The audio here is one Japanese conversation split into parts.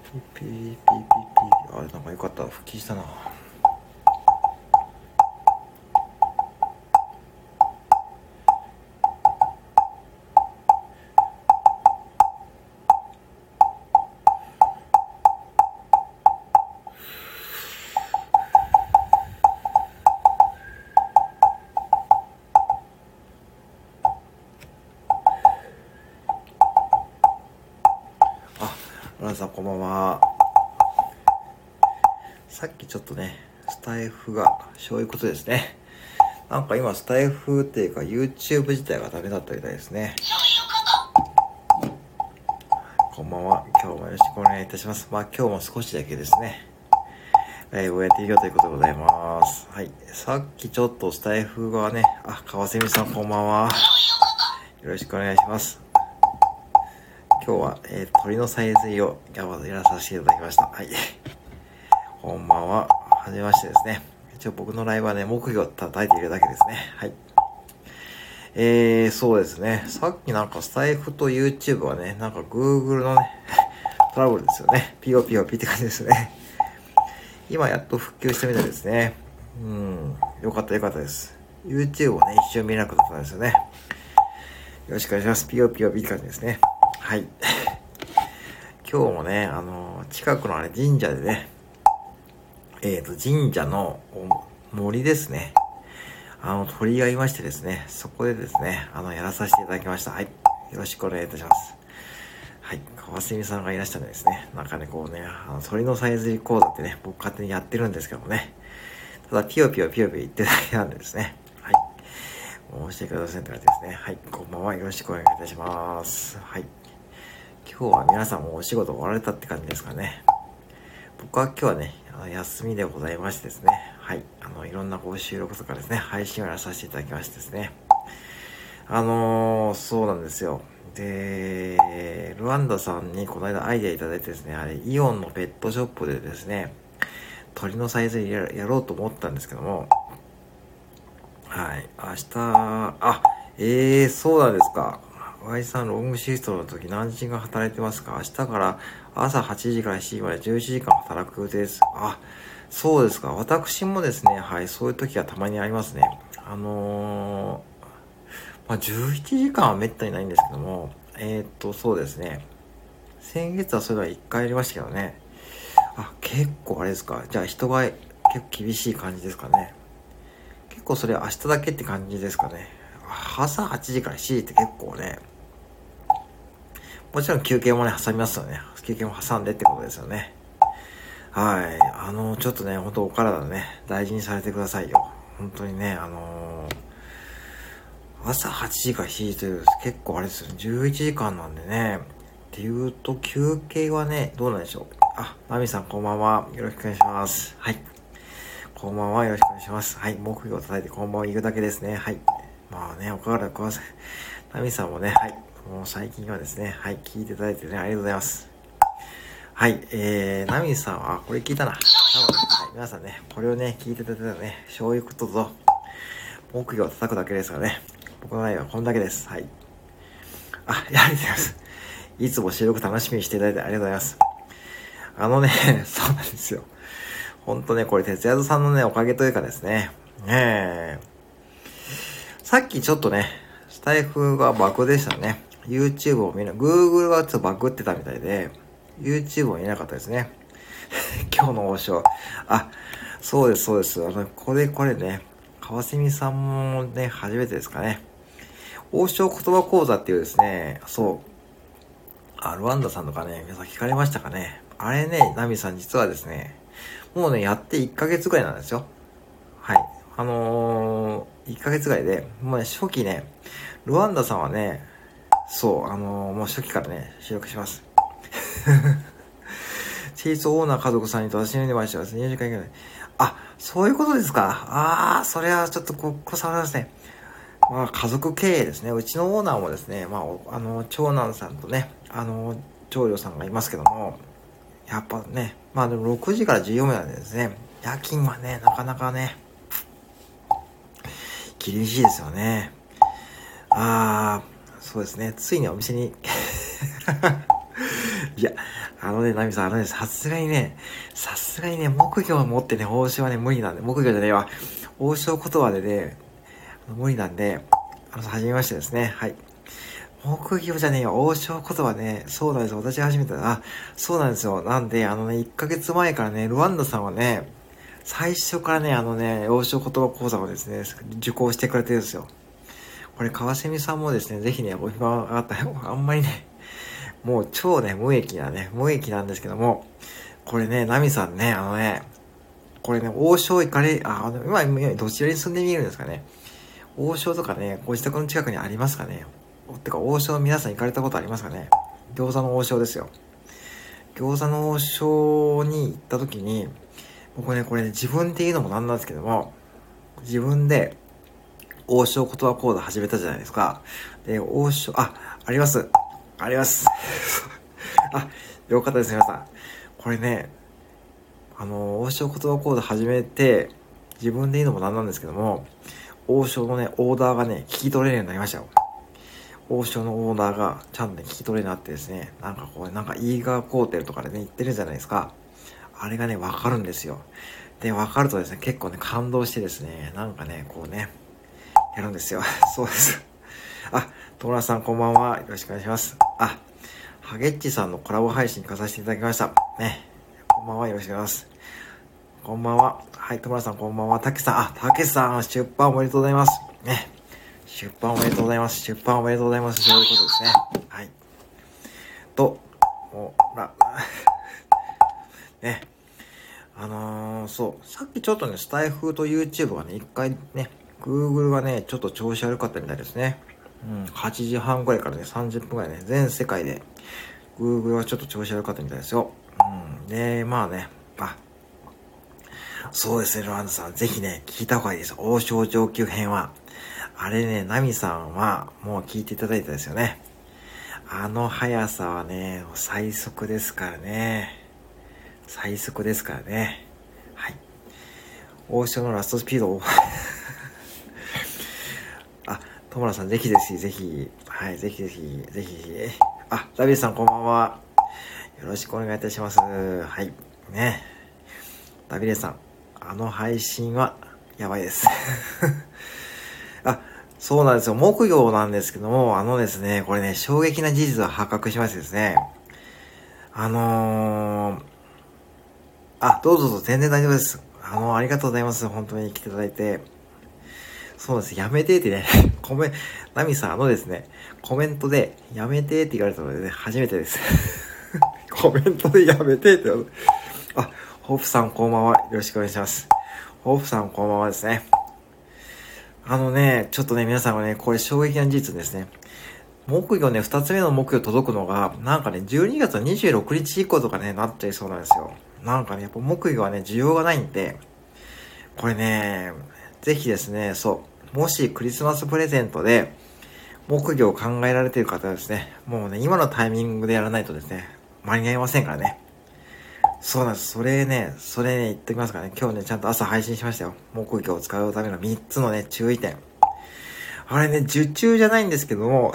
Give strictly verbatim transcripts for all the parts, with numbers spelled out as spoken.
ピーピーピーピーピー。あれなんかよかった、復帰したな。あ、村田さんこんばんは。さっきちょっとね、スタイフがそういうことですね。なんか今スタイフっていうか YouTube 自体がダメだったみたいですね。こんばんは。今日もよろしくお願いいたします。まあ今日も少しだけですね、ライブをやっていこうということでございます。はい。さっきちょっとスタイフがね、あ、川蝉さんこんばんは。よろしくお願いします。今日は、えー、鳥のさえずりをやらさせていただきました。はい。こんばんは。はじめましてですね。一応僕のライブはね、木魚を叩いているだけですね。はい。えー、そうですね。さっきなんかスタイフと YouTube はね、なんか Google のね、トラブルですよね。ピヨピヨピって感じですね。今やっと復旧したみたいですね。うん。よかったよかったです。YouTube をね、一瞬見れなくなったんですよね。よろしくお願いします。ピヨピヨピって感じですね。はい。今日もね、あの、近くのあれ神社でね、えーと、神社の森ですね。あの、鳥がいましてですね、そこでですね、あの、やらさせていただきました。はい。よろしくお願いいたします。はい。川澄さんがいらしたんでですね、なんかね、こうね、あの鳥のさえずり講座ってね、僕勝手にやってるんですけどもね、ただ、ピヨピヨピヨピヨ言ってるだけなんでですね、はい。申し訳ございませんって感じですね。はい。こんばんは。よろしくお願いいたします。はい。今日は皆さんもお仕事終わられたって感じですかね。僕は今日はね、あの休みでございましてですね、はい、あの、いろんなこう収録とかですね、配信をやらさせていただきましてですね、あのー、そうなんですよ。で、ルワンダさんにこの間アイデアいただいてですね、あれ、イオンのペットショップでですね、鳥のサイズややろうと思ったんですけども、はい、明日、あ、えー、そうなんですか。ワイさん、ロングシフトの時何時間働いてますか？明日から朝はちじからしちじまでじゅういちじかん働く予定です。あ、そうですか。私もですね、はい、そういう時はたまにありますね。あのー、まあ、じゅういちじかんはめったにないんですけども、えー、っと、そうですね。先月はそれはいっかいありましたけどね。あ、結構あれですか。じゃあ人が結構厳しい感じですかね。結構それ明日だけって感じですかね。朝はちじからしちじって結構ね、もちろん休憩もね、挟みますよね。休憩も挟んでってことですよね。はい。あの、ちょっとね、ほんとお体ね、大事にされてくださいよ。本当にね、あのー、朝はちじからしちじという結構あれですよね、じゅういちじかんなんでね。っていうと、休憩はね、どうなんでしょう。あ、ナミさんこんばんは。よろしくお願いします。はい。こんばんは。よろしくお願いします。はい。木魚を叩いてこんばんは言うだけですね。はい。まあね、お体ください。ナミさんもね、はい。もう最近はですね、はい。聞いていただいてね、ありがとうございます。はい。えー、ナミさんは、これ聞いたな。多分、はい。皆さんね、これをね、聞いていただいたらね、そういうことと、木魚を叩くだけですからね。僕の内容はこんだけです。はい。あ、ありがとうございます。いつも収録楽しみにしていただいてありがとうございます。あのね、そうなんですよ。ほんとね、これ、哲也さんのね、おかげというかですね、ねえ、さっきちょっとね、スタイフがバグでしたね。YouTube を見な、Google がちょっとバグってたみたいで、YouTube を見なかったですね。今日の王将。あ、そうです、そうです。あの、これ、これね、川澄さんもね、初めてですかね。王将言葉講座っていうですね、そう、あ、ルワンダさんとかね、皆さん聞かれましたかね。あれね、ナミさん実はですね、もうね、やっていっかげつぐらいなんですよ。はい。あのー、いっかげつぐらいで、もうね、初期ね、ルワンダさんはね、そう、あのー、もう初期からね、収録します。チーズオーナー家族さんにと私にましてはにじゅうじかん以内。あ、そういうことですか。あー、それはちょっとごっこさまですね。まあ、家族経営ですね。うちのオーナーもですね、まあ、あの、長男さんとね、あの、長女さんがいますけども、やっぱね、まあでもろくじからじゅうよじなんでですね、夜勤はね、なかなかね、厳しいですよね。あー、そうですね。ついにお店にいや、あのね、ナミさん、あのね、さすがにね、さすがにね、木魚を持ってね、報酬はね、無理なんで、木魚じゃねえわ、王将言葉でね、無理なんで、あの、はじめましてですね、はい。木魚じゃねえよ、王将言葉ね、そうなんですよ、私初めてだ、あ、そうなんですよ、なんで、あのね、いっかげつまえからね、ルワンダさんはね、最初からね、あのね、王将言葉講座をですね、受講してくれてるんですよ。これ、川蝉さんもですね、ぜひね、お暇があったら、あんまりね、もう超ね、無益なね、無益なんですけども、これね、ナミさんね、あのね、これね、王将行かれ、あ、あの、今、今どちらに住んでみるんですかね。王将とかね、ご自宅の近くにありますかね。てか、王将皆さん行かれたことありますかね。餃子の王将ですよ。餃子の王将に行った時に、僕ね、これね、自分で言うのもなんなんですけども、自分で、王将言葉講座始めたじゃないですか。で、王将、あ、あります。あります。あ、よかったです、皆さん。これね、あの、王将言葉講座始めて、自分で言うのもなんなんですけども、王将のね、オーダーがね、聞き取れるようになりましたよ。王将のオーダーがちゃんとね、聞き取れるようになってですね、なんかこう、なんかイーガーコーテルとかでね、言ってるじゃないですか。あれがね、わかるんですよ。で、わかるとですね、結構ね、感動してですね、なんかね、こうね、やるんですよ。そうです。あ、トラさんこんばんは。よろしくお願いします。あ、ハゲッチさんのコラボ配信に貸させていただきました。ね。こんばんは。よろしくお願いします。こんばんは。はい、トラさんこんばんは。たけさん、あ、たけさん、出版おめでとうございます。ね。出版おめでとうございます。出版おめでとうございます。そういうことですね。はい。と、ほら、ね。あのー、そう、さっきちょっとね、スタイフと YouTube がね、一回ね、Google がね、ちょっと調子悪かったみたいですね。うん、はちじはんぐらいからね、さんじゅっぷんぐらいね、全世界で Google はちょっと調子悪かったみたいですよ。うん、で、まあね、あ、そうですね、ロランドさん、ぜひね、聞いた方がいいです。王将上級編は。あれね、ナミさんはもう聞いていただいたですよね。あの速さはね、最速ですからね。最速ですからね。はい。王将のラストスピードをあ、トモラさん、ぜひぜひ、ぜひ、はい、ぜひぜひ、ぜひ、あ、ダビデさん、こんばんは。よろしくお願いいたします。はい。ね。ダビデさん、あの配信は、やばいです。あ、そうなんですよ。木魚なんですけども、あのですね、これね、衝撃な事実が発覚しましてですね。あのー、あ、どうぞどうぞ、全然大丈夫です。あの、ありがとうございます。本当に来ていただいて。そうです。やめてってね、コメ、ナミさん、あのですね、コメントで、やめてって言われたのでね、初めてです。コメントでやめてって言われた。あ、ホープさんこんばんは。よろしくお願いします。ホープさんこんばんはですね。あのね、ちょっとね、皆さんはね、これ衝撃な事実ですね。木魚ね、二つ目の木魚届くのが、なんかね、じゅうにがつのにじゅうろくにち以降とかね、なっちゃいそうなんですよ。なんかね、やっぱ木魚はね、需要がないんで、これね、ぜひですね、そう、もしクリスマスプレゼントで、木魚を考えられている方はですね、もうね、今のタイミングでやらないとですね、間に合いませんからね。そうなんです。それね、それね、言っておきますからね、今日ね、ちゃんと朝配信しましたよ。木魚を使うためのみっつのね、注意点。あれね、受注じゃないんですけども、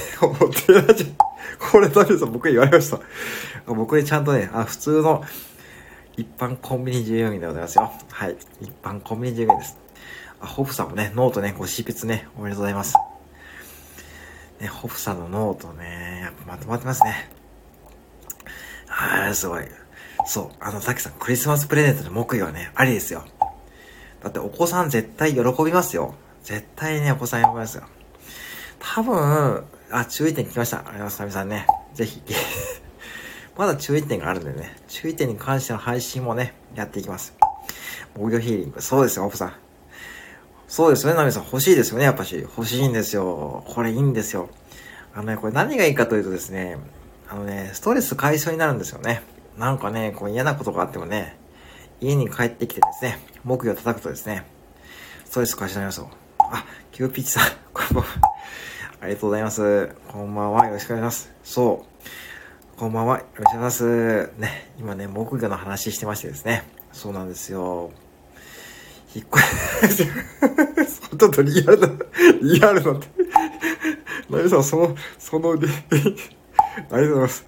これダメです。僕言われました。僕ね、ちゃんとね、あ、普通の一般コンビニ従業員でございますよ。はい。一般コンビニ従業員です。あ、ホフさんもね、ノートね、ご執筆ね、おめでとうございます。ね、ホフさんのノートね、やっぱまとまってますね。はい、すごい。そう、あの、さきさん、クリスマスプレゼントの木魚はね、ありですよ。だってお子さん絶対喜びますよ。絶対ね、お子さん喜びますよ。多分、あ、注意点聞きました。ありがとうございます、ナミさんね。ぜひ。まだ注意点があるんでね、注意点に関しての配信もね、やっていきます。木魚ヒーリング。そうですよ、オフさん。そうですよね、ナミさん。欲しいですよね、やっぱし。欲しいんですよ。これいいんですよ。あのね、これ何がいいかというとですね、あのね、ストレス解消になるんですよね。なんかね、こう嫌なことがあってもね、家に帰ってきてですね、木魚を叩くとですね、ストレス解消になりますよ。あ、キューピッチさん、こんばんは。ありがとうございます。こんばんは。よろしくお願いします。そう。こんばんは。よろしくお願いします。ね、今ね、木魚の話してましてですね。そうなんですよ。引っ越し、ちょっとリアルな、リアルなって。ナミさん、その、その、ありがとうございます。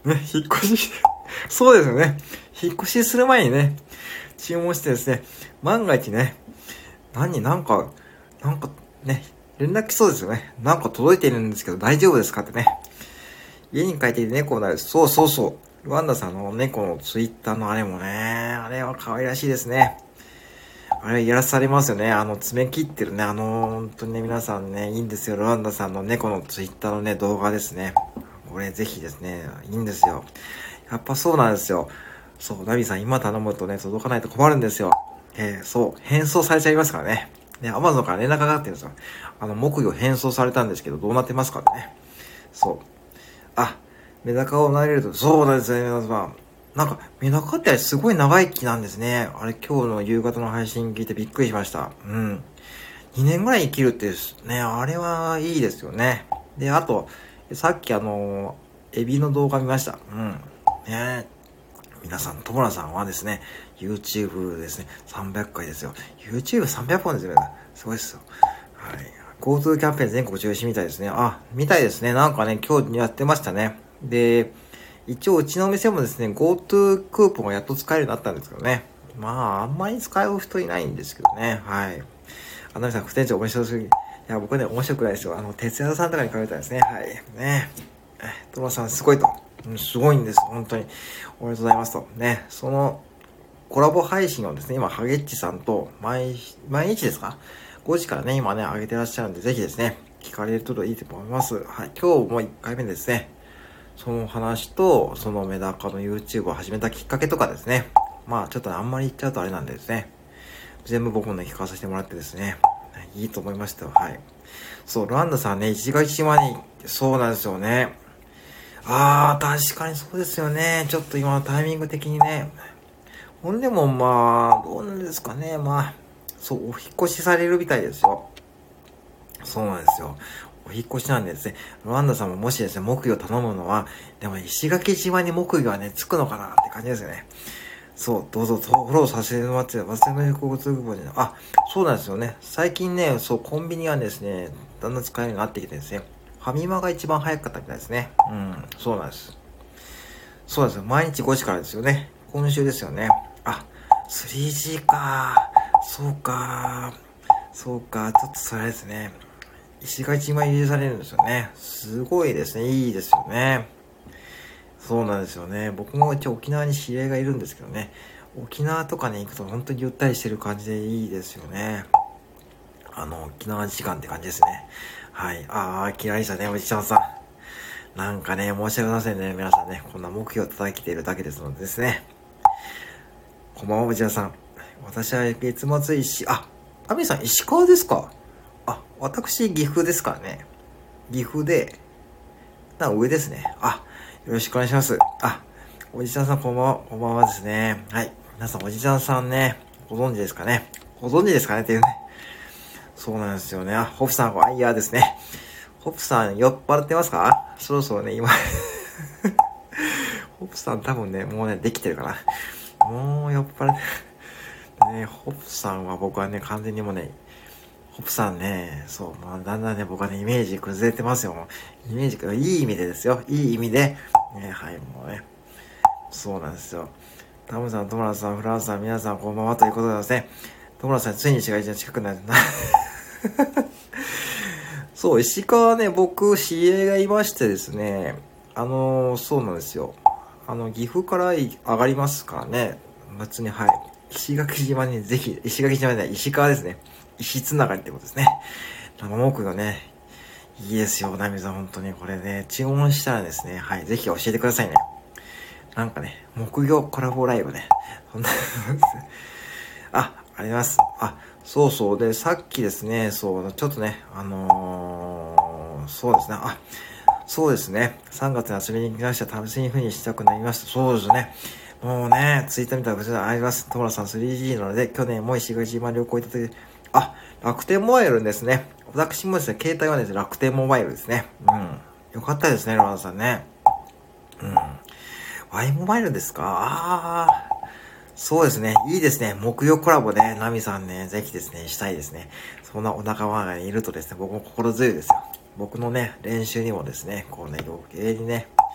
ね、引っ越し、そうですよね。引っ越しする前にね、注文してですね、万が一ね、何、なんか、なんかね、連絡来そうですよね。なんか届いているんですけど大丈夫ですかってね。家に帰っていて猫なる。そうそうそう。ワンダさんの猫のツイッターのあれもね、あれは可愛らしいですね。あれやらされますよね。あの爪切ってるね。あの、本当にね、皆さんね、いいんですよ。ルワンダさんの猫のツイッターのね、動画ですね。これぜひですね、いいんですよ。やっぱそうなんですよ。そう、ナビさん今頼むとね、届かないと困るんですよ。えー、そう、返送されちゃいますからね。ね、アマゾンから連絡がかかってるんですよ。あの、木魚返送されたんですけど、どうなってますかね。そう。あ、メダカを慣れると、そうなんですね、皆さん。なんか、メダカってすごい長生きなんですね。あれ、今日の夕方の配信聞いてびっくりしました。うん。にねんぐらい生きるってね、あれはいいですよね。で、あと、さっきあの、エビの動画見ました。うん。ね皆さん、トモラさんはですね、YouTube ですね、さんびゃっかいですよ。YouTubeさんびゃっぽんですよね。すごいですよ。はい。GoTo キャンペーン全国中止みたいですね。あ、みたいですね。なんかね、今日やってましたね。で、一応うちのお店もですね、GoTo クーポンがやっと使えるようになったんですけどね。まあ、あんまり使う人いないんですけどね。はい。あの皆さん、副店長面白すぎ。いや、僕ね、面白くないですよ。あの、哲也さんとかに比べたらですね。はい。ね。トモさん、すごいと。すごいんです。本当に。おめでとうございますと。ね。その、コラボ配信をですね、今、ハゲッチさんと毎、毎日ですか ?ご 時からね、今ね、上げてらっしゃるんで、ぜひですね、聞かれるといいと思います。はい。今日もいっかいめですね。その話と、そのメダカの YouTube を始めたきっかけとかですね。まあ、ちょっと、ね、あんまり言っちゃうとあれなんでですね。全部僕もね、聞かさせてもらってですね。いいと思いましたよ。はい。そう、ランダさんね、石垣島に、そうなんですよね。ああ、確かにそうですよね。ちょっと今のタイミング的にね。ほんでもまあ、どうなんですかね。まあ、そう、お引っ越しされるみたいですよ。そうなんですよ。お引っ越しなんでですね。ロワンダさんももしですね、木魚頼むのは、でも石垣島に木魚はね、つくのかなって感じですよね。そう、どうぞ、フォローさせてもらって、忘れ物交通部に、あ、そうなんですよね。最近ね、そう、コンビニはですね、だんだん使えるようになってきてですね、ファミマが一番早かったみたいですね。うん、そうなんです。そうですよ。毎日ごじからですよね。今週ですよね。あ、スリージー か。そうか。そうか。ちょっとそれですね。石垣島入れされるんですよね。すごいですね。いいですよね。そうなんですよね。僕も一応沖縄に知り合いがいるんですけどね。沖縄とかに行くと本当にゆったりしてる感じでいいですよね。あの、沖縄時間って感じですね。はい。あー、嫌いでしたね、おじちゃんさん。なんかね、申し訳ございませんね。皆さんね、こんな目標を叩きているだけですのでですね。こんばんは、おじちゃんさん。私は月末石、あ、アミさん石川ですか？あ、私岐阜ですからね。岐阜で、な、上ですね。あ、よろしくお願いします。あ、おじちゃんさんこんばんは、こんばんはですね。はい。皆さんおじちゃんさんね、ご存知ですかね？ご存知ですかねっていうね。そうなんですよね。あ、ホプさん、ワイヤーですね。ホプさん、酔っ払ってますか？そろそろね、今ホプさん多分ね、もうね、できてるかな。もう酔っ払ってね、ホプさんは僕はね、完全にもうね、ホプさんね、そう、まあ、だんだんね、僕はね、イメージ崩れてますよ。イメージ、いい意味でですよ。いい意味で。ね、はい、もうね。そうなんですよ。タムさん、トムラさん、フランスさん、皆さん、こんばんはということでですね。トムラさん、ついに市街地の近くなるな。そう、石川ね、僕、知り合いがいましてですね。あのー、そうなんですよ。あの、岐阜から上がりますからね。別に、はい。石垣島にぜひ、石垣島で石川ですね。石つながりってことですね。生木がね、いいですよ、ナミさん、本当に。これね、注文したらですね、はい、ぜひ教えてくださいね。なんかね、木魚コラボライブね。そんなあ、あります。あ、そうそう。で、さっきですね、そう、ちょっとね、あのー、そうですね。あ、そうですね。さんがつに遊びに来ました。試しにふうにしたくなりました。そうですね。もうね、ツイッター見たらこちらあります。トモラさん スリージー なので、去年も石垣島旅行行った時、あ、楽天モバイルですね。私もですね、携帯はですね、楽天モバイルですね。うん。よかったですね、ロナさんね。うん。Y モバイルですか？ああ。そうですね。いいですね。木曜コラボね。ナミさんね、ぜひですね、したいですね。そんなお仲間がいるとですね、僕も心強いですよ。僕のね、練習にもですね、こうね、余計にね、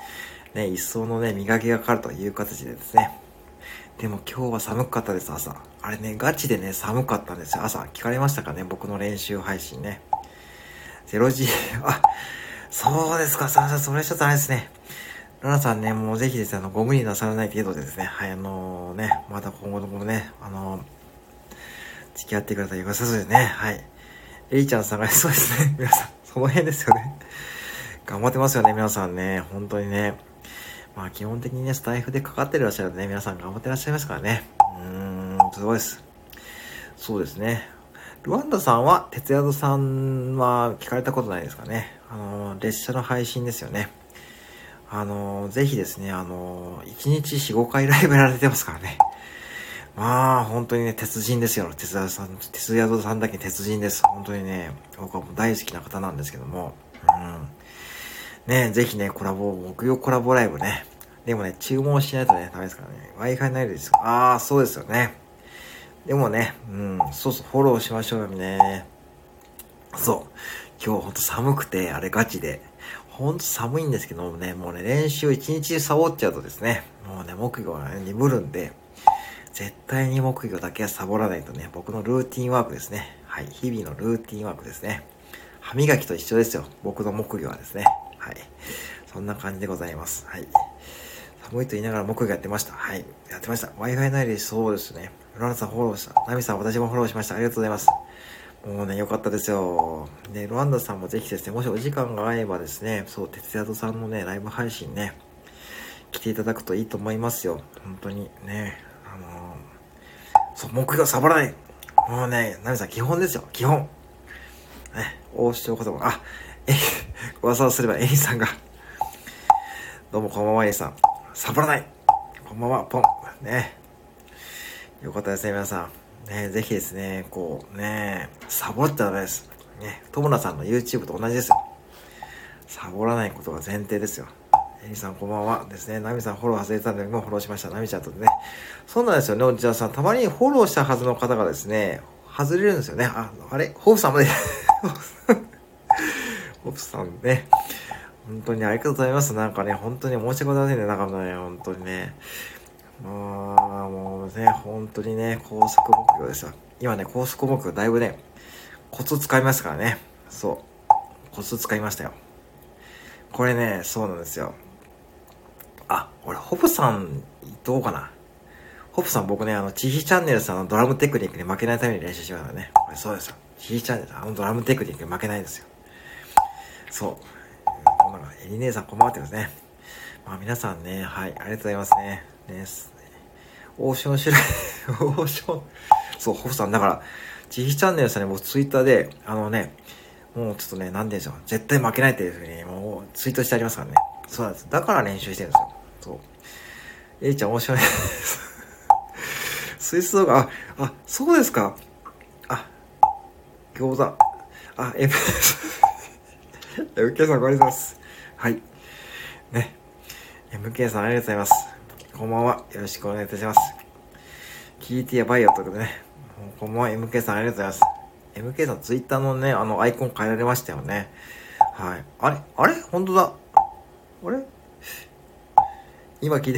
ね、一層のね、磨きがかかるという形でですね。でも今日は寒かったです、朝。あれね、ガチでね、寒かったんですよ。朝、聞かれましたかね、僕の練習配信ね。ゼロジー、あ、そうですか、さあ、それちょっとあれですね。ラナさんね、もうぜひですね、あの、ご無理なさらない程度でですね、はい、あのー、ね、また今後ともね、あのー、付き合ってくれたらよさそうですね、はい。エリちゃんさんが、そうですね、皆さん、その辺ですよね。頑張ってますよね、皆さんね、本当にね。まあ、基本的にね、スタイフでかかってらっしゃるんでね、皆さん頑張ってらっしゃいますからね。うーん、すごいです。そうですね。ルワンダさんは、鉄宿さんは聞かれたことないですかね。あのー、列車の配信ですよね。あのー、ぜひですね、あのー、いちにちよん、ごかいライブやられてますからね。まあ、本当にね、鉄人ですよ。鉄宿さん、鉄宿さんだけ鉄人です。本当にね、僕はもう大好きな方なんですけども。うん。ね、ぜひね、コラボ、木曜コラボライブね。でもね、注文しないとね、ダメですからね。Wi-Fi ないですよ。ああ、そうですよね。でもね、うん、そうそう、フォローしましょうよね。そう。今日ほんと寒くて、あれガチで。ほんと寒いんですけどもね、もうね、練習一日サボっちゃうとですね、もうね、木魚がね、鈍るんで、絶対に木魚だけはサボらないとね、僕のルーティンワークですね。はい、日々のルーティンワークですね。歯磨きと一緒ですよ。僕の木魚はですね。はい。そんな感じでございます。はい。寒いと言いながら木魚やってました。はい。やってました。Wi-Fi ないです。そうですね。ロランさんフォローした。ナミさん私もフォローしました。ありがとうございます。もうね、良かったですよ。で、ロアンダさんもぜひですね、もしお時間が合えばですね、そう、鉄宿さんのね、ライブ配信ね、来ていただくといいと思いますよ。本当にね。あのー、そう、木魚サボらない。もうね、ナミさん基本ですよ。基本。ね、王将言葉。あ、え、噂をすればエリさんが、どうもこんばんは、エリさん。サボらない。こんばんは、ポン。ね。よかったですね、皆さん。ね、ぜひですね、こう、ね、サボっちゃダメです。ね、友田さんの YouTube と同じですよ。サボらないことが前提ですよ。エリさんこんばんはですね。ナミさんフォロー外れたんで、もうフォローしました。ナミちゃんとね。そうなんですよね、おじさん。たまにフォローしたはずの方がですね、外れるんですよね。あ、あれホープさんまで。ホープさんね。本当にありがとうございます。なんかね、本当に申し訳ございませんね。なんかね、本当にね。まあ、もうね、本当にね、高速目標ですよ。今ね、高速目標だいぶね、コツ使いますからね。そう。コツ使いましたよ。これね、そうなんですよ。あ、俺、ホプさん、どうかな。ホプさん僕ね、あの、チヒチャンネルさんのドラムテクニックに負けないために練習しますからね。これそうですよ。チヒチャンネルさん、あのドラムテクニックに負けないんですよ。そう。なんか、エリ姉さん困ってますね。まあ皆さんね、はい、ありがとうございますね。ね、王将種類、王将、そう、ホプさん、だから、チヒチャンネルさんに僕ツイッターで、あのね、もうちょっとね、なんでしょう。絶対負けないっていうふうに、もうツイートしてありますからね。そうなんです。だから練習してるんですよ。そう。えいちゃん面白い。スイス動画、あ、あ、そうですか。あ、餃子。あ、エム、エムケー さん、ごありがとうございます。はい。ね。エムケー さん、ありがとうございます。こんばんは。よろしくお願いいたします。聞いてやばいよということでね。こんばんは、エムケー さん、ありがとうございます。エムケー さん、ツイッターのね、あの、アイコン変えられましたよね。はい。あれあれ本当だ。あれ今聞いて。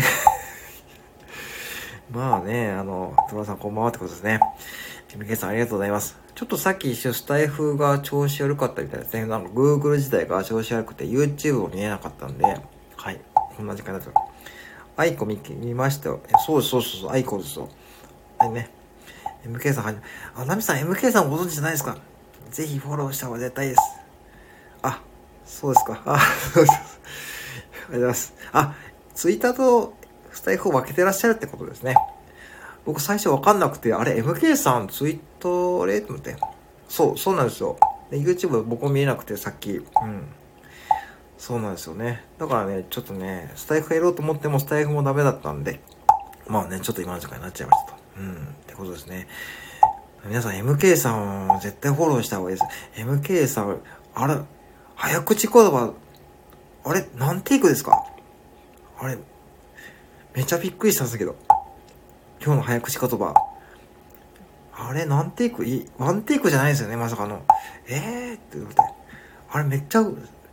まあね、あの、トラさんこんばんはってことですね。エムケー さんありがとうございます。ちょっとさっき一瞬スタイフが調子悪かったみたいですね。なんか Google 自体が調子悪くて YouTube を見えなかったんで、はい。こんな時間だと。アイコ見、見ましたよ。そうそうそうそう、アイコですよ。はいね。エムケー さんはじめ、あ、ナミさん エムケー さんご存知じゃないですか？ぜひフォローした方が絶対です。あ、そうですか。あ、そうです。ありがとうございます。あ、ツイッターとスタイフを分けてらっしゃるってことですね。僕最初分かんなくて、あれ エムケー さんツイッターあれと思って。そう、そうなんですよ。で YouTube 僕も見えなくてさっき。うん。そうなんですよね。だからね、ちょっとね、スタイフやろうと思ってもスタイフもダメだったんで、まあね、ちょっと今の時間になっちゃいましたと。うん。ってことですね。皆さん エムケー さん絶対フォローした方がいいです。エムケー さん、あれ、早口言葉、あれ、何テイクですか？あれ、めちゃびっくりしたんですけど。今日の早口言葉。あれ、何テイクいワンテイクじゃないですよね、まさかの。えーって言って。あれ、めっちゃ、皆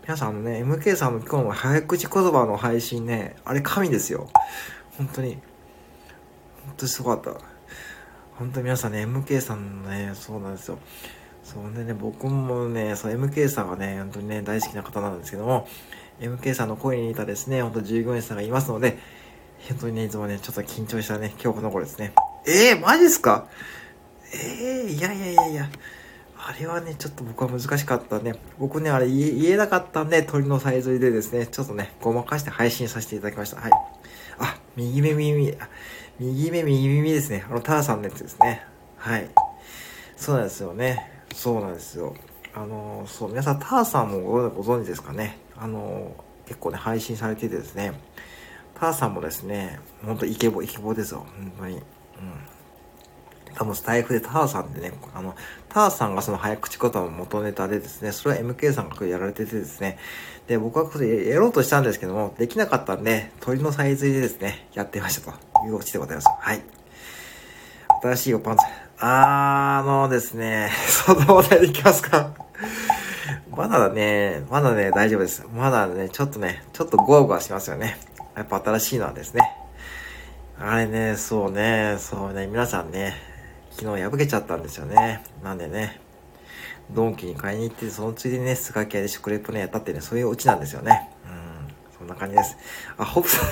皆さんあのね、エムケー さんの今日の早口言葉の配信ね、あれ神ですよ。本当に。本当にすごかった。本当に皆さんね、エムケー さんのね、そうなんですよ。そうでね、僕もね、そう エムケー さんはね、本当にね、大好きな方なんですけども、エムケー さんの声に似たですね、本当従業員さんがいますので、本当にね、いつもね、ちょっと緊張したね、今日この頃ですね。えー、マジっすか？えー、いやいやいやいや、あれはね、ちょっと僕は難しかったね。僕ね、あれ言え言えなかったんで、鳥のさえずりでですね、ちょっとね、ごまかして配信させていただきました。はい。あ、右目右耳、あ右目右耳ですね。あの、ターさんのやつですね。はい。そうなんですよね。そうなんですよ。あの、そう、皆さん、ターさんもごご存知ですかね。あの、結構ね、配信されててですね、ターさんもですね、ほんとイケボ、イケボですよ。本当に。うん。多分スタイフでターさんでね、あの、ターさんがその早口言葉の元ネタでですね、それは エムケー さんがやられててですね、で、僕はこれやろうとしたんですけども、できなかったんで、鳥のさえずりでですね、やってましたというオチでございます。はい。新しいおパンツ。あー、あのですね、その話題でいきますか。まだね、まだね、大丈夫です。まだね、ちょっとね、ちょっとゴワゴワしますよね。やっぱ新しいのはですね。あれね、そうね、そうね、皆さんね、昨日破けちゃったんですよね。なんでね、ドンキに買いに行って、そのついでにね、スガキ屋で食レポね、やったってね、そういうオチなんですよね。うん、そんな感じです。あ、ホップさん。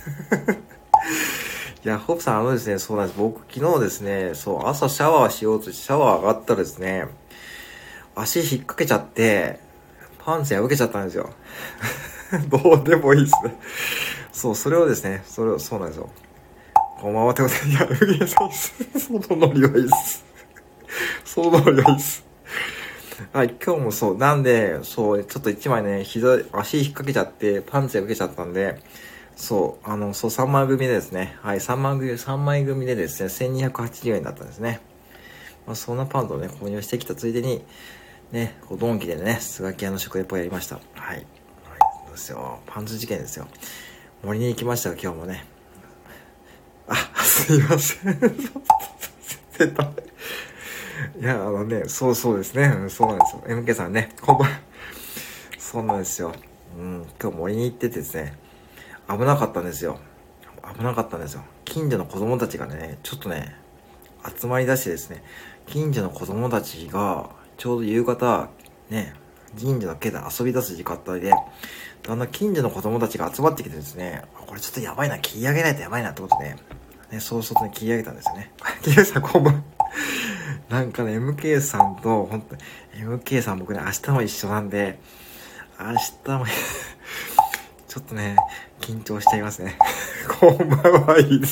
いや、ホップさん、あのですね、そうなんです。僕、昨日ですね、そう、朝シャワーしようとして、シャワー上がったらですね、足引っ掛けちゃって、パンツ破けちゃったんですよ。どうでもいいですね。そう、それをですね、それを、そうなんですよ。こんばんはってことで、いや、うげさんです。そのノリはいいです。そのノリはいいです。はい、今日もそう、なんで、そう、ちょっと一枚ね、膝、足引っ掛けちゃって、パンツ破けちゃったんで、そう、あの、そう、さんまい組でですね、はい、さんまい組、さんまい組でですね、せんにひゃくはちじゅうえんだったんですね。まあ、そんなパンツをね、購入してきたついでに、ね、こうドンキでね、スガキ屋の食レポをやりました。はい。はい、そうですよ。パンツ事件ですよ。森に行きましたが、今日もね。あ、すいません。せた。いや、あのね、そうそうですね。うん、そうなんですよ。エムケー さんね、こんばんは。そうなんですよ。うん、今日森に行っててですね、危なかったんですよ。危なかったんですよ。近所の子供たちがね、ちょっとね、集まり出してですね、近所の子供たちが、ちょうど夕方、ね、近所の家で遊び出す時間帯で、だんだん近所の子供たちが集まってきてですね、これちょっとやばいな、切り上げないとやばいなってことで、ね、そう外に切り上げたんですよね。キリさんこんばんは。なんかね、エムケー さんと、本当 エムケー さん僕ね、明日も一緒なんで、明日もちょっとね、緊張しちゃいますね。こんばんはいいです。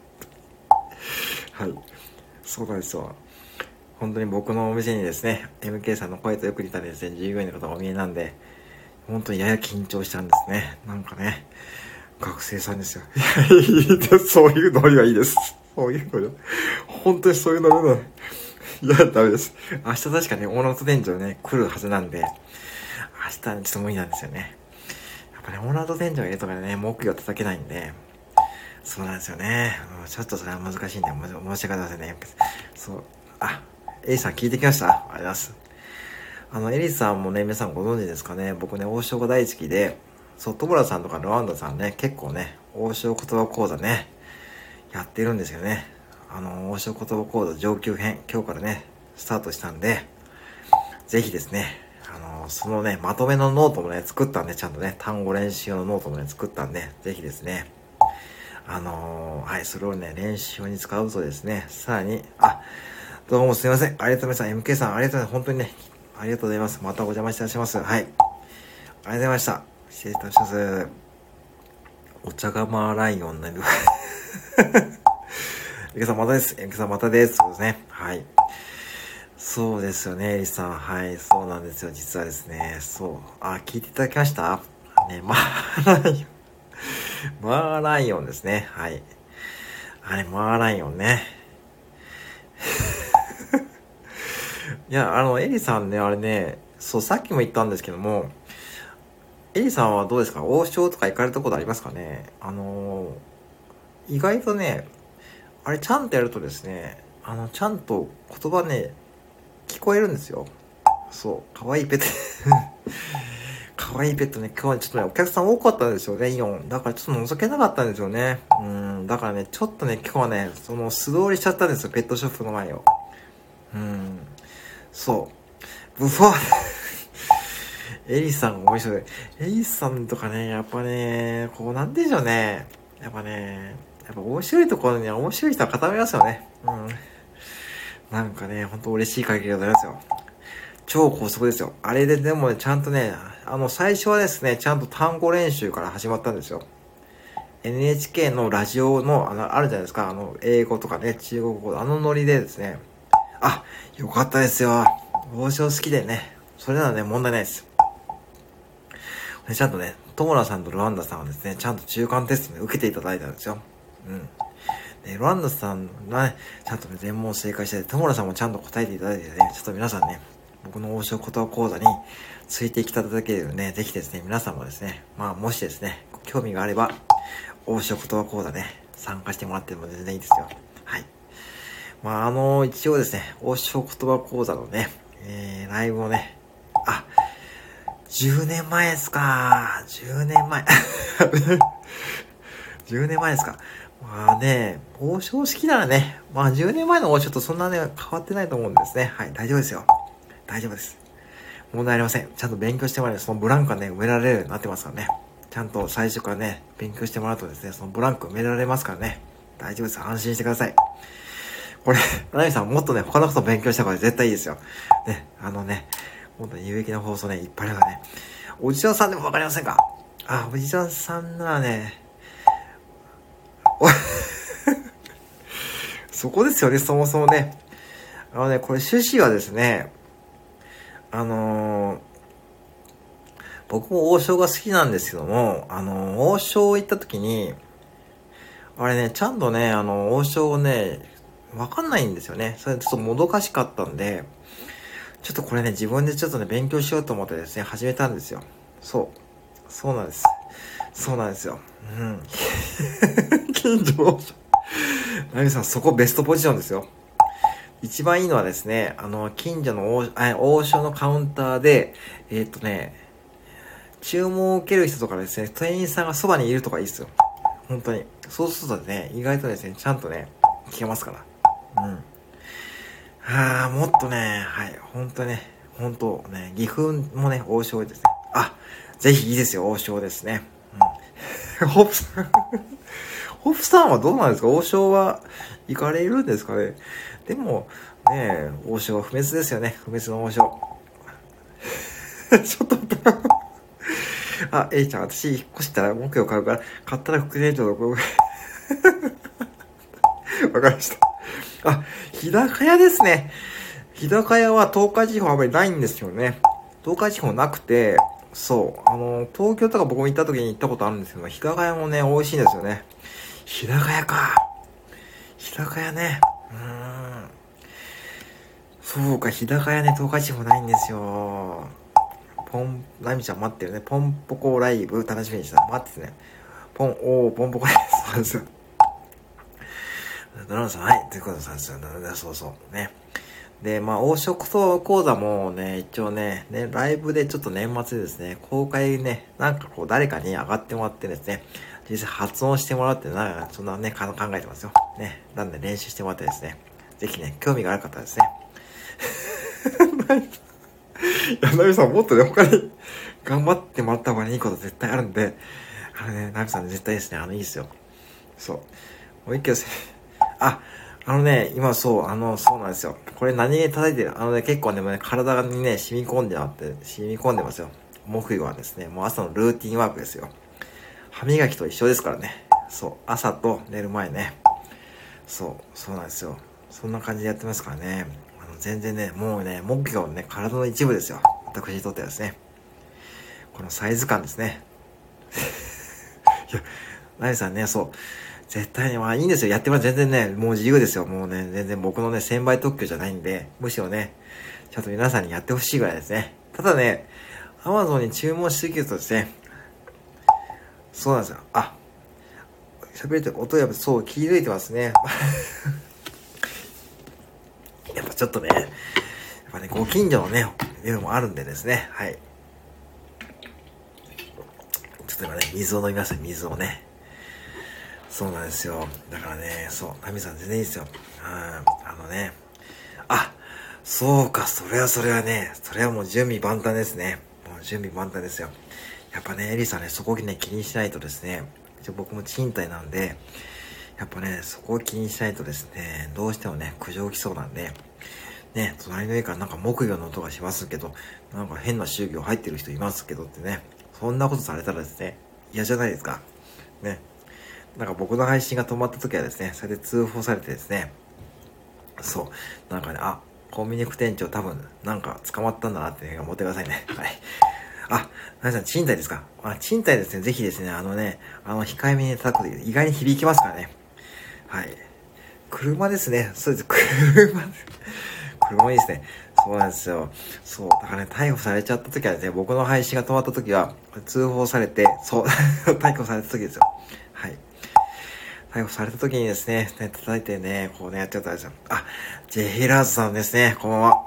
はい。そうなんですよ。本当に僕のお店にですね、エムケー さんの声とよく似たですね、従業員の方がお見えなんで、本当にやや緊張したんですね。なんかね、学生さんですよ。いや、いいです。そういうノリはいいです。そういうノリは。本当にそういうノリなの。いや、ダメです。明日確かね、大野店長ね、来るはずなんで、明日はちょっと無理なんですよね。やっぱね、オーナーと店長がいるとかでね、木魚叩けないんで、そうなんですよね。ちょっとそれは難しいんで、申し訳ございませんね。そう。あ、エリさん聞いてきました？ありがとうございます。あの、エリさんもね、皆さんご存知ですかね。僕ね、王将が大好きで、そう、トムラさんとかロワンダさんね、結構ね、王将言葉講座ね、やってるんですよね。あの、王将言葉講座上級編、今日からね、スタートしたんで、ぜひですね、あの、そのね、まとめのノートもね、作ったんで、ちゃんとね、単語練習用のノートもね、作ったんで、ぜひですね、あのー、はい、それをね、練習用に使うとですね、さらに、あ、どうもすいません。ありがとうございました。エムケー さん、ありがとうございます。本当にね、ありがとうございます。またお邪魔いたします。はい。ありがとうございました。失礼いたします。お茶釜ライオンなる。エムケー さんまたです。エムケー さんまたです。そうですね。はい。そうですよね、エリさん。はい、そうなんですよ。実はですね、そう。あ、聞いていただきました？ね、マーライオン。マーライオンですね。はい。あれ、マーライオンね。いや、あの、エリさんね、あれね、そう、さっきも言ったんですけども、エリさんはどうですか？王将とか行かれたことありますかね？あのー、意外とね、あれちゃんとやるとですね、あの、ちゃんと言葉ね、聞こえるんですよ。そう、かわいいペテ、か可愛いペットね、今日はちょっとね、お客さん多かったんですよね、イオン。だからちょっと覗けなかったんですよね。うん、だからね、ちょっとね、今日はね、その素通りしちゃったんですよ、ペットショップの前を。うん、そう。ブフォーエリさんが面白い。エリさんとかね、やっぱね、こうなんでしょうね。やっぱね、やっぱ面白いところには面白い人は固めますよね。うん。なんかね、ほんと嬉しい限りでございますよ。超高速ですよ。あれででもね、ちゃんとね、あの、最初はですね、ちゃんと単語練習から始まったんですよ。エヌエイチケー のラジオの、あの、あるじゃないですか。あの、英語とかね、中国語、あのノリでですね。あ、よかったですよ。王将好きでね。それならね、問題ないです。ちゃんとね、トモラさんとルワンダさんはですね、ちゃんと中間テストで受けていただいたんですよ。うん。で、ルワンダさんがね、ちゃんとね、全問正解して、トモラさんもちゃんと答えていただいてね、ちょっと皆さんね、僕の王将言葉講座についてきていただけるようね、ぜひですね、皆さんもですね、まあ、もしですね、興味があれば、王将言葉講座ね、参加してもらっても全然いいですよ。はい。まあ、あの、一応ですね、王将言葉講座のね、えー、ライブをね、あ、じゅうねんまえですか。じゅうねんまえ。じゅうねんまえですか。まあね、王将好きならね、まあじゅうねんまえの王将とそんなね、変わってないと思うんですね。はい、大丈夫ですよ。大丈夫です。問題ありません。ちゃんと勉強してもらえる、そのブランクがね、埋められるようになってますからね。ちゃんと最初からね、勉強してもらうとですね、そのブランク埋められますからね。大丈夫です。安心してください。これ、ナミさんもっとね、他のこと勉強した方が絶対いいですよ。ね、あのね、もっと有益な放送ね、いっぱいあるからね。おじちゃんさんでもわかりませんか？あ、おじちゃんさんならね、そこですよね、そもそもね。あのね、これ趣旨はですね、あのー、僕も王将が好きなんですけども、あのー、王将行った時に、あれね、ちゃんとね、あの、王将をね、わかんないんですよね。それちょっともどかしかったんで、ちょっとこれね、自分でちょっとね、勉強しようと思ってですね、始めたんですよ。そう。そうなんです。そうなんですよ。うん。近所王将。ナミさん、そこベストポジションですよ。一番いいのはですね、あの、近所の王、王将のカウンターで、えー、っとね、注文を受ける人とかですね、店員さんがそばにいるとかいいですよ。本当に。そうするとね、意外とですね、ちゃんとね、聞けますから。うん。ああ、もっとね、はい、本当ね、本当ね、岐阜もね、王将ですね。あ、ぜひいいですよ、王将ですね。うん。ホップさん、ホップさんはどうなんですか？王将は行かれるんですかね？でも、ね、王将は不滅ですよね。不滅の王将。ちょっと待って。あ、えいちゃん、私引っ越したら木を買うから、買ったら副店長のこわかりました。あ、日高屋ですね。日高屋は東海地方あまりないんですよね。東海地方なくて、そう、あの、東京とか僕も行った時に行ったことあるんですけど、日高屋もね、美味しいんですよね。日高屋か。日高屋ね。うーん。そうか、日高屋ね、東海地方ないんですよ。ポン、ナミちゃん待ってるね。ポンポコライブ楽しみにした。待っててね。ポン、おー、ポンポコライブ。そうですよ。ドラムさん、はい。ということでさ、そうそう。ね。で、まあ、黄色と講座もね、一応ね、ね、ライブでちょっと年末でですね、公開ね、なんかこう、誰かに上がってもらってですね、実際発音してもらうってなんか、そんなね、考えてますよ。ね。なんで練習してもらってですね、ぜひね、興味がある方はですね。いや、ナミさんもっとね、他に頑張ってもらった方がいいこと絶対あるんで、あのね、ナミさん絶対ですね、あの、いいですよ。そう。もう一回ですね。あ、あのね、今そう、あの、そうなんですよ。これ何で叩いてる？あのね、結構ね、体にね、染み込んであって、染み込んでますよ。木魚はですね、もう朝のルーティンワークですよ。歯磨きと一緒ですからね。そう、朝と寝る前ね。そう、そうなんですよ。そんな感じでやってますからね。あの全然ね、もうね、木魚はね、体の一部ですよ。私にとってはですね。このサイズ感ですね。いや、ナイさんね、そう。絶対に、まあいいんですよ。やってもら全然ね、もう自由ですよ。もうね、全然僕のね、専売特許じゃないんで、むしろね、ちゃんと皆さんにやってほしいぐらいですね。ただね、アマゾンに注文しすぎるとですね、そうなんですよ。あ、喋れて音やっぱそう、気づいてますね。やっぱちょっとね、やっぱね、ご近所のね、いうのもあるんでですね、はい。 ちょっと今ね、水を飲みますよ、水をね。そうなんですよ。だからね、そう、ナミさん全然いいですよ。うん、あのね、あ、そうか、それはそれはね、それはもう準備万端ですね。もう準備万端ですよ。やっぱね、エリさんね、そこをね、気にしないとですね、一応僕も賃貸なんで、やっぱね、そこを気にしないとですね、どうしてもね、苦情来そうなんで、ね、隣の家からなんか木魚の音がしますけど、なんか変な宗教入ってる人いますけどってね、そんなことされたらですね、嫌じゃないですか。ね。なんか僕の配信が止まった時はですね、それで通報されてですね、そう、なんかね、あ、コンビニ副店長多分、なんか捕まったんだなって思ってくださいね。はい。あ、なにさん、賃貸ですか？あ、賃貸ですね、ぜひですね、あのね、あの、控えめに叩くと意外に響きますからね。はい。車ですね。そうです。車です。車いいですね。そうなんですよ。そう。だからね、逮捕されちゃった時はですね、僕の配信が止まった時は、通報されて、そう、逮捕された時ですよ。はい。逮捕された時にですね、ね叩いてね、こうね、やっちゃったんですよ。あ、ジェヒラーズさんですね。こんばんは。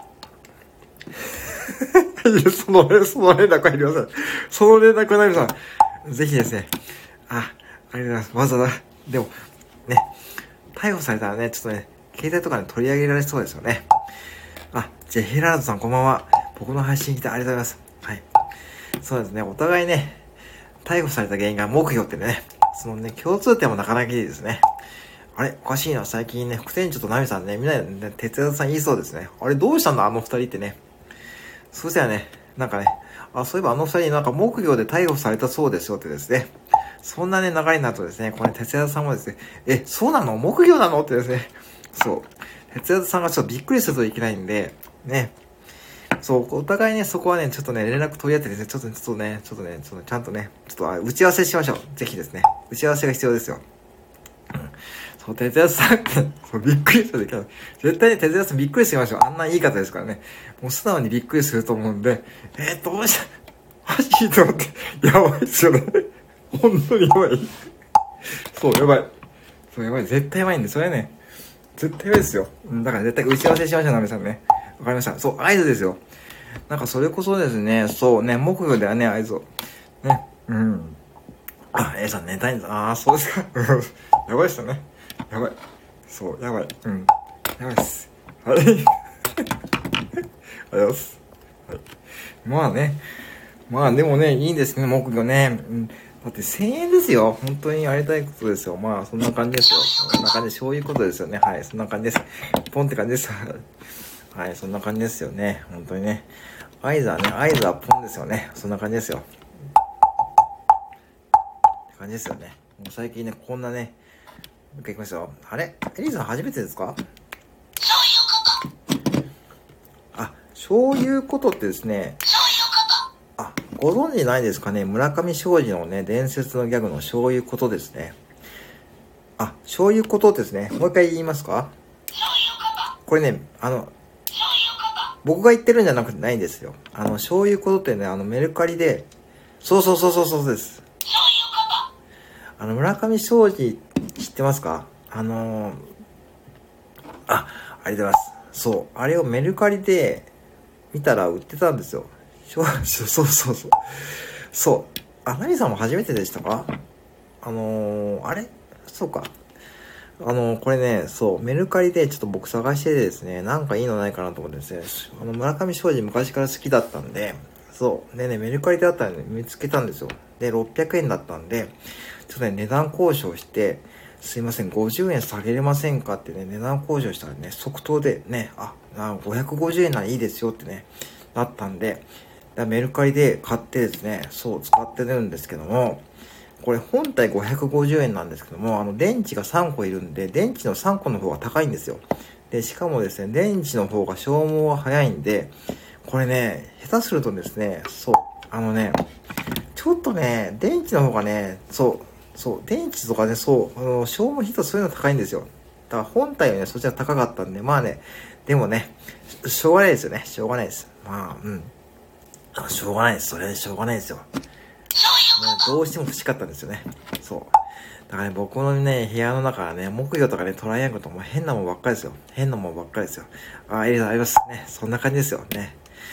その、その連絡入りません。その連絡入りません。ぜひですね。あ、ありがとうございます。わざわざ。でも、ね、逮捕されたらね、ちょっとね、携帯とかで取り上げられそうですよね。あ、ジェヒラードさんこんばんは。僕の配信来てありがとうございます。はい。そうですね、お互いね、逮捕された原因が木魚ってね、そのね、共通点もなかなかいいですね。あれおかしいな、最近ね、副店長とナミさんね、みんなでね、哲也さん言いそうですね。あれどうしたんだ、あの二人ってね。そうしたらね、なんかね、あ、そういえばあの二人なんか木魚で逮捕されたそうですよってですね。そんなね、流れになるとですね、これ哲也さんもですね、え、そうなの木魚なのってですね、そう。哲也さんがちょっとびっくりするといけないんで、ね。そう、お互いね、そこはね、ちょっとね、連絡取り合ってですね、ちょっと、ちょっとね、ちょっとね、ちょっとちゃんとね、ちょっと打ち合わせしましょう。ぜひですね。打ち合わせが必要ですよ。うん。そう、哲也さん、そう、びっくりするけど、絶対に哲也さんびっくりしましょう。あんないい方ですからね。もう素直にびっくりすると思うんで、えー、どうしたマジと思って、やばいっすよね。本当にやばい。そう、やばい。そう、やばい。絶対やばいんで、それね、絶対やばいですよ。だから絶対打ち合わせしましょう、なべさんね。わかりました。そう、合図ですよ。なんかそれこそですね、そうね、木魚ではね、合図を。ね、うん。あ、A さん寝たいんだ。ああ、そうですか。やばいっすよね。やばい。そう、やばい。うん。やばいっす。はい。ありがとうございます。はい。まあね。まあでもね、いいですね、木魚ね。うん。だってせんえんですよ。本当にやりたいことですよ。まあ、そんな感じですよ。そんな感じで、そういうことですよね。はい、そんな感じです。ポンって感じです。はい、そんな感じですよね。本当にね。合図はね、合図はポンですよね。そんな感じですよ。って感じですよね。もう最近ね、こんなね、もう一回いきますよ。あれエリーさん初めてですか？あ、そういうことってですね、あ、ご存知ないですかね？村上正治のね、伝説のギャグのそういうことですね。あ、そういうことですね。もう一回言いますか？これね、あの、僕が言ってるんじゃなくてないんですよ。あの、そういうことってね、あの、メルカリで、そうそうそうそうそうです。あの、村上正治知ってますか？あのー、あ、ありがとうございます。そう、あれをメルカリで見たら売ってたんですよ。そうそうそうそう。そう。あ、何さんも初めてでしたか？あのー、あれそうか。あのー、これね、そう、メルカリでちょっと僕探してですね、なんかいいのないかなと思ってですね、あの、村上正治昔から好きだったんで、そう。でね、メルカリであったんで見つけたんですよ。で、ろっぴゃくえんだったんで、ちょっとね、値段交渉して、すいません、ごじゅうえん下げれませんかってね、値段交渉したらね、即答でね、あ、あごひゃくごじゅうえんならいいですよってね、なったんで、メルカリで買ってですね、そう使ってるんですけども、これ本体ごひゃくごじゅうえんなんですけども、あの電池がさんこいるんで、電池のさんこの方が高いんですよ。で、しかもですね、電池の方が消耗が早いんで、これね、下手するとですね、そう、あのね、ちょっとね、電池の方がね、そう、そう、電池とかね、そう、あの消耗費とそういうの高いんですよ。だから本体はね、そっちは高かったんで、まあね、でもね、しょうがないですよね。しょうがないです。まあ、うん。しょうがないです。それはしょうがないですよ。どうしても欲しかったんですよね。そう。だからね、僕のね、部屋の中はね、木魚とかね、トライアングルとかも変なもんばっかりですよ。変なもんばっかりですよ。あ、エリさんありますね。そんな感じですよね。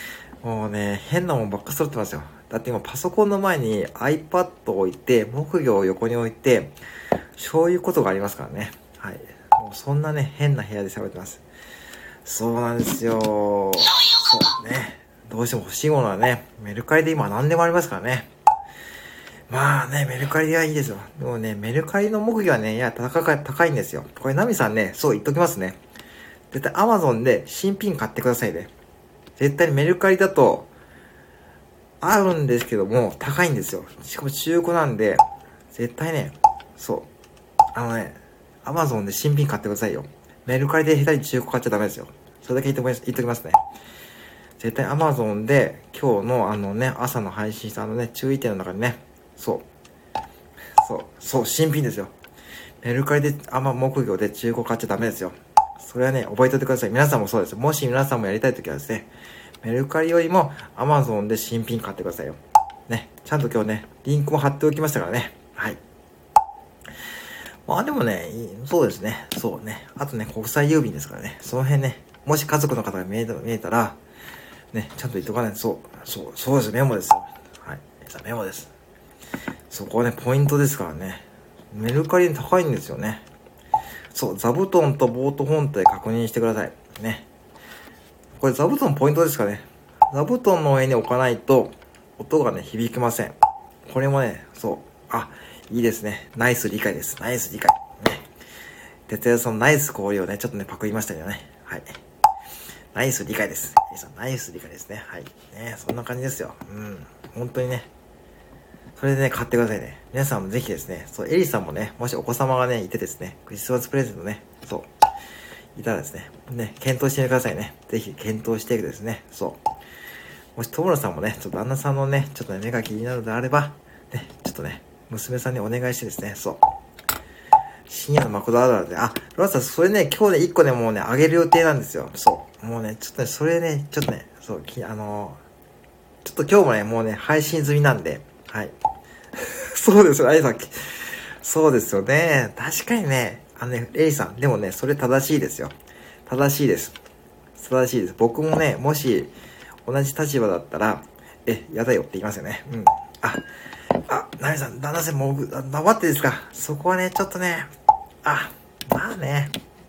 もうね、変なもんばっか揃ってますよ。だって今パソコンの前に iPad を置いて、木魚を横に置いて、そういうことがありますからね。はい。もうそんなね、変な部屋で喋ってます。そうなんですよ。そうね。どうしても欲しいものはね、メルカリで今何でもありますからね。まあね、メルカリはいいですよ。でもね、メルカリの木魚はね、いや、高か、高いんですよ。これナミさんね、そう言っときますね。絶対 Amazon で新品買ってくださいね。絶対にメルカリだと、あるんですけども、高いんですよ。しかも中古なんで、絶対ね、そう。あのね、Amazon で新品買ってくださいよ。メルカリで下手に中古買っちゃダメですよ。それだけ言っておきます、言っときますね。絶対 Amazon で今日のあのね、朝の配信したあのね、注意点の中にね、そう。そう、そう、新品ですよ。メルカリで、あんま木魚で中古買っちゃダメですよ。それはね、覚えておいてください。皆さんもそうです。もし皆さんもやりたいときはですね、メルカリよりも Amazon で新品買ってくださいよ。ね、ちゃんと今日ね、リンクも貼っておきましたからね。はい。まあでもね、そうですね。そうね。あとね、国際郵便ですからね。その辺ね、もし家族の方が見えた、見えたら、ね、ちゃんと言っとかないと、そう、そう、そうです。メモですよ。はい。メモです。そこはね、ポイントですからね。メルカリで高いんですよね。そう、座布団とボート本体確認してください。ね。これ座布団ポイントですかね。座布団の上に置かないと、音がね、響きません。これもね、そう。あ、いいですね。ナイス理解です。ナイス理解。ね。哲也さんのナイス氷をね、ちょっとね、パクりましたよね。はい。ナイス理解です。ナイス理解ですね。はい。ね、そんな感じですよ。うん。本当にね。それでね、買ってくださいね。皆さんもぜひですね、そう、エリさんもね、もしお子様がね、いてですね、クリスマスプレゼントね、そう、いたらですね、ね、検討してみてくださいね。ぜひ検討してですね、そう。もし、友野さんもね、ちょっと旦那さんのね、ちょっとね、目が気になるのであれば、ね、ちょっとね、娘さんにお願いしてですね、そう。深夜のマクドナルドで、あ、ロラさん、それね、今日ね、いっこね、もうね、あげる予定なんですよ。そう。もうね、ちょっとね、それね、ちょっとね、そう、きあのー、ちょっと今日もね、もうね、配信済みなんで、はい。そうですよ、あいさん。そうですよね。確かにね、あのね、エイさん、でもね、それ正しいですよ。正しいです。正しいです。僕もね、もし、同じ立場だったら、え、やだよって言いますよね。うん。あ、あ、ナミさん、旦那さん、もう、黙ってですか。そこはね、ちょっとね、あ、まあね。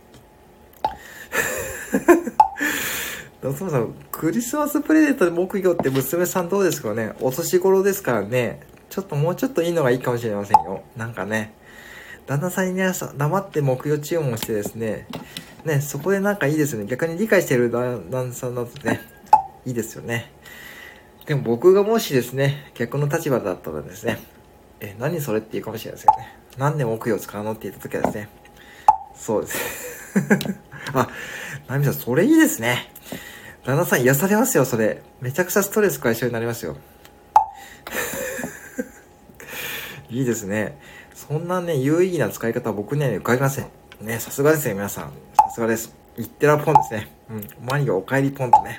そもそも、クリスマスプレゼントで木魚って娘さんどうですかね。お年頃ですからね。ちょっともうちょっといいのがいいかもしれませんよ。なんかね、旦那さんにね、黙って木魚注文してですね、ね、そこでなんかいいですよね。逆に理解してる旦那さんだとね、いいですよね。でも僕がもしですね、逆の立場だったらですね、え、何それって言うかもしれないですよね。なんで木魚を使うのって言った時はですね、そうです。あ、ナミさん、それいいですね。旦那さん癒されますよ、それ。めちゃくちゃストレス解消になりますよ。いいですね。そんなね、有意義な使い方は僕には伺いません。ね、さすがですね、皆さん。さすがです。イッテラポンですね。うん。マリオお帰りポンとね。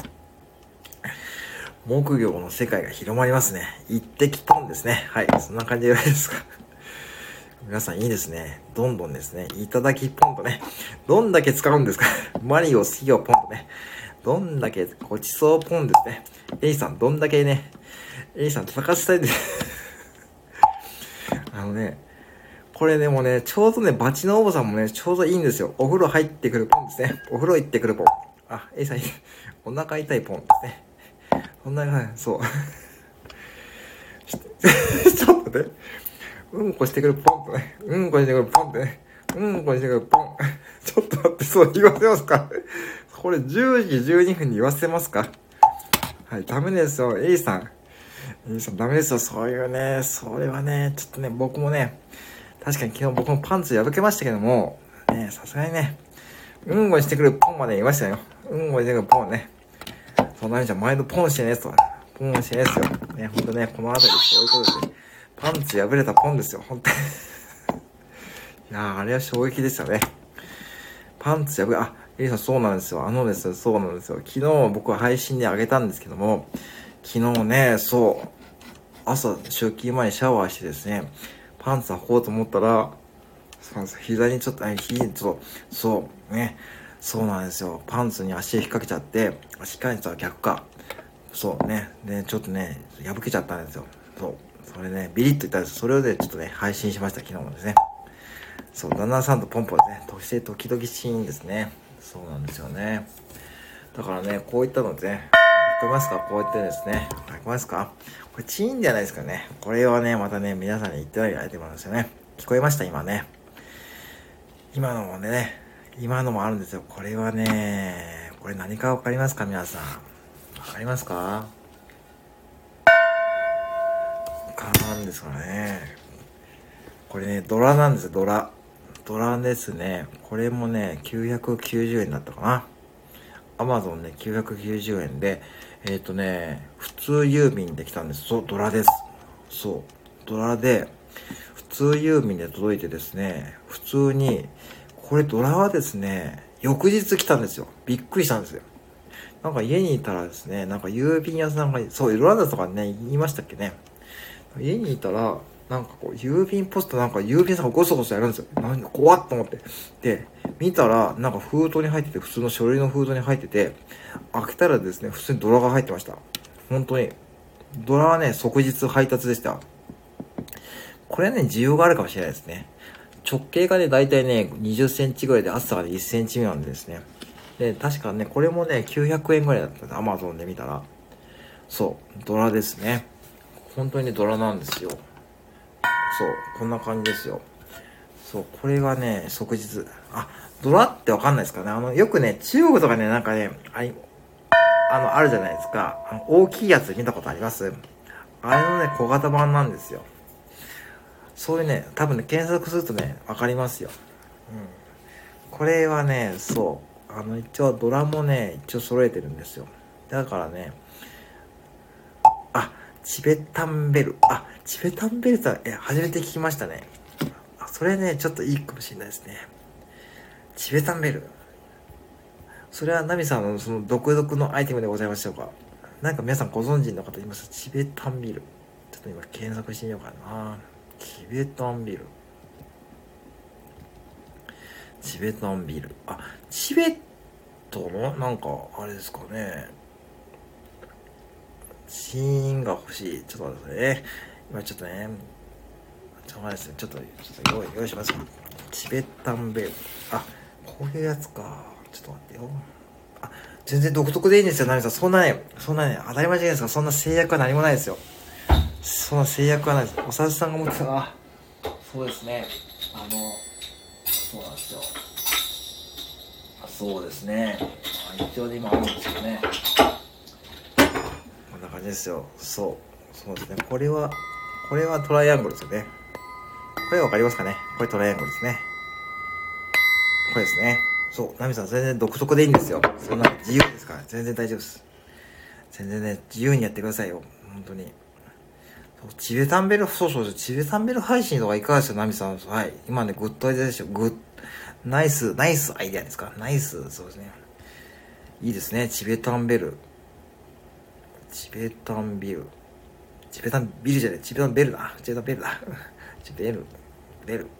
木魚の世界が広まりますね。一滴ポンですね。はい。そんな感じじゃないですか。皆さんいいですね。どんどんですね。いただきポンとね。どんだけ使うんですか。マリオ好きよポンとね。どんだけごちそうポンですね。エイさんどんだけね、エイさん戦わせたいです。あのね、これでもね、ちょうどね、バチのおばさんもね、ちょうどいいんですよ。お風呂入ってくるポンですね。お風呂行ってくるポン。あ、エイさん、お腹痛いポンですね。そんな感じ、そう。ちょっとね、うんこしてくるポンとね、うんこしてくるポンってね、うんこしてくるポン。ちょっと待って、そう言わせますか。これじゅうじじゅうにふんに言わせますか。はい、ダメですよ、エイさん。エイさんダメですよ、そういうね、それはね、ちょっとね、僕もね、確かに昨日僕もパンツ破けましたけども、ね、さすがにね、うんこしてくるポンまで言いましたよ。うんこしてくるポンね。そんなにじゃ前のポンしてねえと。ポンしてねえですよ。ね、ほんとね、この辺りそういうことで、パンツ破れたポンですよ、ほんとに。いやー、あれは衝撃でしたね。パンツ破れ、あ、エリさんそうなんですよ。あのですよ、そうなんですよ。昨日僕は配信であげたんですけども、昨日ね、そう、朝出勤前にシャワーしてですね、パンツ履こうと思ったら、そうなんです。膝にちょっと、え、ひ、ちょっと、そう、ね、そうなんですよ。パンツに足引っ掛けちゃって、足換えたら逆か。 そうね。で、ちょっとね、破けちゃったんですよ。そう。それね、ビリッといったんです。それをね、ちょっとね、配信しました、昨日もですね。そう、旦那さんとポンポンですね、そして時々シーンですね。そうなんですよね。だからね、こういったのでね、聞こえますか？こうやってですね。聞こえますか？これチーンじゃないですかね。これはね、またね、皆さんに言ってないアイテムなんですよね。聞こえました？今ね。今のもね、今のもあるんですよ。これはね、これ何かわかりますか？皆さん。わかりますか？わかるんですかね。これね、ドラなんですよ、ドラ。ドラですね。これもね、きゅうひゃくきゅうじゅうえんだったかな。アマゾンね、きゅうひゃくきゅうじゅうえんで、えっとね、普通郵便で来たんです。そう、ドラです。そう、ドラで、普通郵便で届いてですね、普通に、これドラはですね、翌日来たんですよ。びっくりしたんですよ。なんか家にいたらですね、なんか郵便屋さんが、そう、ドラだとかね、言いましたっけね。家にいたら、なんかこう、郵便ポストなんか郵便さんがゴソゴソやるんですよ。なんか怖っと思って。で、見たら、なんか封筒に入ってて、普通の書類の封筒に入ってて、開けたらですね、普通にドラが入ってました。本当に。ドラはね、即日配達でした。これはね、需要があるかもしれないですね。直径がね、だいたいね、にじゅっセンチぐらいで、厚さがね、いっセンチ未満でですね。で、確かね、これもね、きゅうひゃくえんぐらいだったんです。アマゾンで見たら。そう、ドラですね。本当にね、ドラなんですよ。そう、こんな感じですよ。そう、これがね、即日。あ、ドラってわかんないですかね。あの、よくね、中国とかね、なんかね、あい、あの、あるじゃないですか。あの大きいやつ見たことあります？あれのね、小型版なんですよ。そういうね、多分ね、検索するとね、わかりますよ。うん。これはね、そう。あの、一応ドラもね、一応揃えてるんですよ。だからね、あ、チベタンベル。あ、チベタンベルって、え、初めて聞きましたね。あ、それね、ちょっといいかもしれないですね。チベタンベル。それはナミさんのその独特のアイテムでございましょうか？なんか皆さんご存知の方います？チベタンビル。ちょっと今検索してみようかな。チベタンビル。チベタンビル。あ、チベットのなんか、あれですかね。シーンが欲しい。ちょっと待ってくださいね。今ちょっとね、ちょっと待ってですね。ちょっと、ちょっと用意、用意します。チベタンベル。あ、こういうやつか。ちょっと待ってよ。あ、全然独特でいいんですよ、ナミさん。そんなね、そんなね、当たり前じゃないですか。そんな制約は何もないですよ。そんな制約はないです。おさじさんが持ってた、あ、そうですね。あの、そうなんですよ。そうですね。まあ、一応で今あるんですよね。こんな感じですよ。そう。そうですね。これは、これはトライアングルですよね。これわかりますかね？これトライアングルですね。これですね。そう。ナミさん全然独特でいいんですよ。そんな自由ですから。全然大丈夫です。全然ね、自由にやってくださいよ。本当に。チベタンベル、そうそうそう、チベタンベル配信とかいかがですか、ナミさん。はい。今ね、グッドアイデアでしょ。グッ、ナイス、ナイスアイデアですか？ナイス、そうですね。いいですね。チベタンベル。チベタンビル。チベタンビルじゃない、チベタンベルだ。チベタンベルだ。チベル、ベル。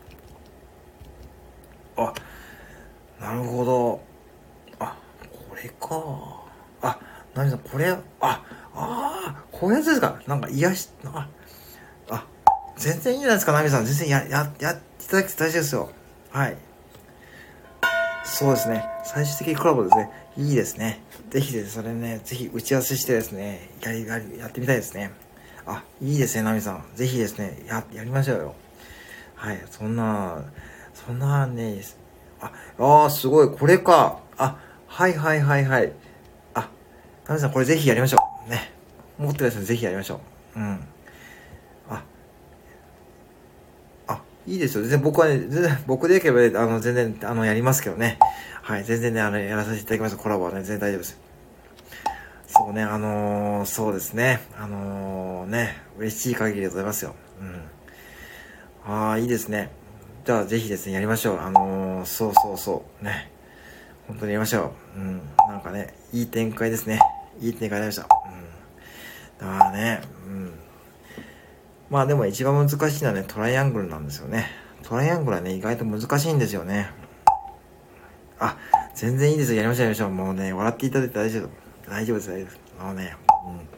あ、なるほど。あ、これか。あ、ナミさん、これ、あ、ああ、こういうやつですか？なんか癒し、あ、あ、全然いいんじゃないですか、ナミさん。全然や、や、やっていただきて大丈夫ですよ。はい。そうですね。最終的コラボですね。いいですね。ぜひです、それね、ぜひ打ち合わせしてですね、やり、やり、やってみたいですね。あ、いいですね、ナミさん。ぜひですね、や、やりましょうよ。はい。そんな、そんなね、あ、あー、すごい、これか。あ、はいはいはいはい。あ、ナミさん、これぜひやりましょう。ね。持ってるやつぜひやりましょう。うん。あ、あ、いいですよ。全然僕はね、全然、僕でよければね、あの、全然、あの、やりますけどね。はい、全然ね、あの、やらさせていただきます。コラボはね、全然大丈夫です。そうね、あのー、そうですね。あのー、ね、嬉しい限りでございますよ。うん。ああ、いいですね。じゃあ、ぜひですね、やりましょう。あのー、そうそうそう。ね。本当にやりましょう。うん。なんかね、いい展開ですね。いい展開になりました。うん。だからね、うん。まあでも一番難しいのはね、トライアングルなんですよね。トライアングルはね、意外と難しいんですよね。あ、全然いいですよ。やりましょう、やりましょう。もうね、笑っていただいて大丈夫。大丈夫です、大丈夫です。あのね、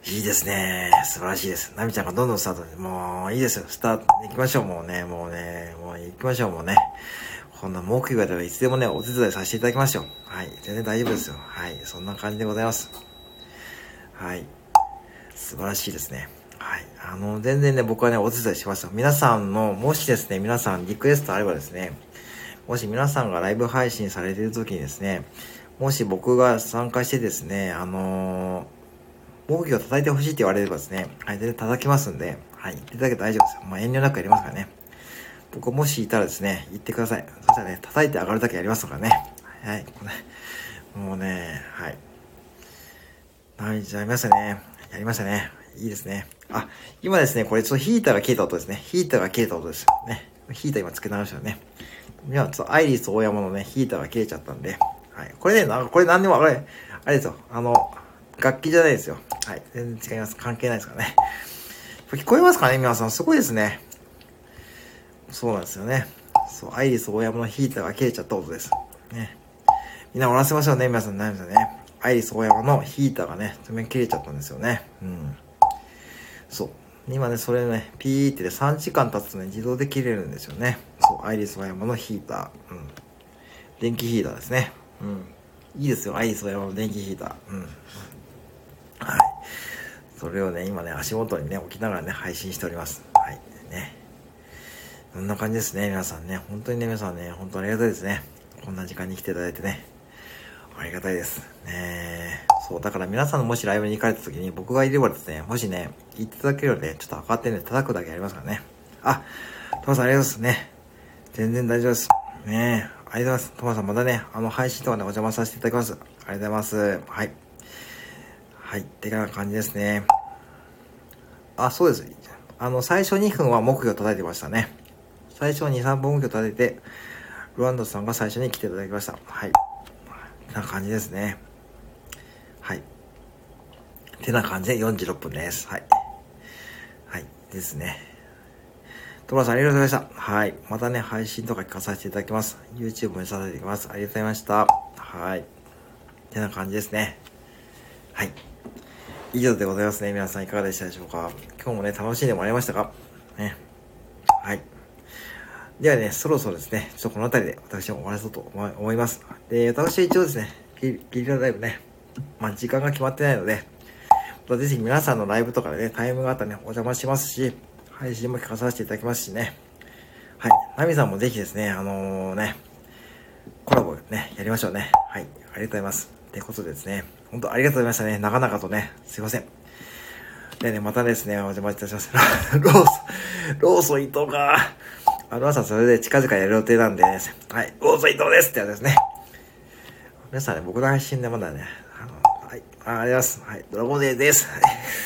いいですね。素晴らしいです。ナミちゃんがどんどんスタートで、もういいですよ。スタート行きましょう。もうね、もうね、もう行きましょう。もうね。こんな木曜日はいつでもね、お手伝いさせていただきますよ。はい。全然大丈夫ですよ。はい。そんな感じでございます。はい。素晴らしいですね。はい。あの、全然ね、僕はね、お手伝いしますよ。皆さんの、もしですね、皆さんリクエストあればですね、もし皆さんがライブ配信されている時にですね、もし僕が参加してですね、あのー、木魚を叩いてほしいって言われればですね、はい、全然叩きますんで、はい、言っていただけて大丈夫ですよ。まあ、遠慮なくやりますからね。僕もしいたらですね、言ってください。そしたらね、叩いて上がるだけやりますからね。はい。もうね、はい。はい、じゃあやりましたね。やりましたね。いいですね。あ、今ですね、これちょっとヒーターが切れた音ですね。ヒーターが切れた音です。ね。ヒーター今つけ直したよね。今、ちょっとアイリス大山のね、ヒーターが切れちゃったんで。はい。これね、なんかこれ何でも、あれ、あれですよ。あの、楽器じゃないですよ。はい。全然違います。関係ないですからね。聞こえますかね皆さん。すごいですね。そうなんですよね。そう、アイリス大山のヒーターが切れちゃった音です。ね。みんな終わらせましょうね。皆さん、悩みですよね。アイリス大山のヒーターがね、全面切れちゃったんですよね。うん。そう。今ね、それね、ピーってでさんじかん経つとね、自動で切れるんですよね。そう、アイリス大山のヒーター。うん。電気ヒーターですね。うん。いいですよ、アイリス大山の電気ヒーター。うん。はい。それをね、今ね、足元にね、置きながらね、配信しております。はい。ね。こんな感じですね、皆さんね。本当にね、皆さんね、本当にありがたいですね。こんな時間に来ていただいてね。ありがたいです。ねそう、だから皆さんのもしライブに行かれた時に僕がいればですね、もしね、言っていただけるので、ちょっと上がってね、叩くだけありますからね。あ、トマさんありがとうございますね。全然大丈夫です。ねありがとうございます。トマさんまたね、あの配信とかね、お邪魔させていただきます。ありがとうございます。はい。はい、ってな感じですね。あ、そうです。あの、最初にふんは木魚叩いてましたね。最初に、さんぼん木魚叩いて、ルワンドさんが最初に来ていただきました。はい。な感じですね。はい。てな感じでよんじゅうろっぷんです。はい。はい。ですね。トマさんありがとうございました。はい。またね、配信とか聞かさせていただきます。YouTube にさせていただきます。ありがとうございました。はい。てな感じですね。はい。以上でございますね。皆さんいかがでしたでしょうか。今日もね、楽しんでもらいましたかね。はい。ではね、そろそろですね、ちょっとこの辺りで私も終わらそうと思います。で、私は一応ですね、ゲリラライブね、まあ時間が決まってないので、ぜひ皆さんのライブとかでね、タイムがあったらね、お邪魔しますし、配信も聞かさせていただきますしね。はい。ナミさんもぜひですね、あのー、ね、コラボね、やりましょうね。はい。ありがとうございます。ってことでですね、本当ありがとうございましたね。なかなかとね、すいません。でね、またですね、お邪魔いたします。ローソン、ローソン伊藤か。あの朝それで近々やる予定なんでね、はい、ローソン伊藤ですってやつですね。皆さんね、僕の配信でまだね、あの、はい、あ、ありがとうございます。はい、ドラゴンデーです。はい。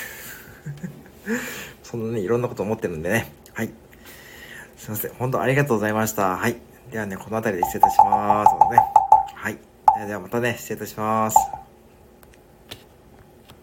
そんなね、いろんなこと思ってるんでね。はい。すいません。本当ありがとうございました。はい。ではね、この辺りで失礼いたします。ね、はい。ではまたね、失礼いたします。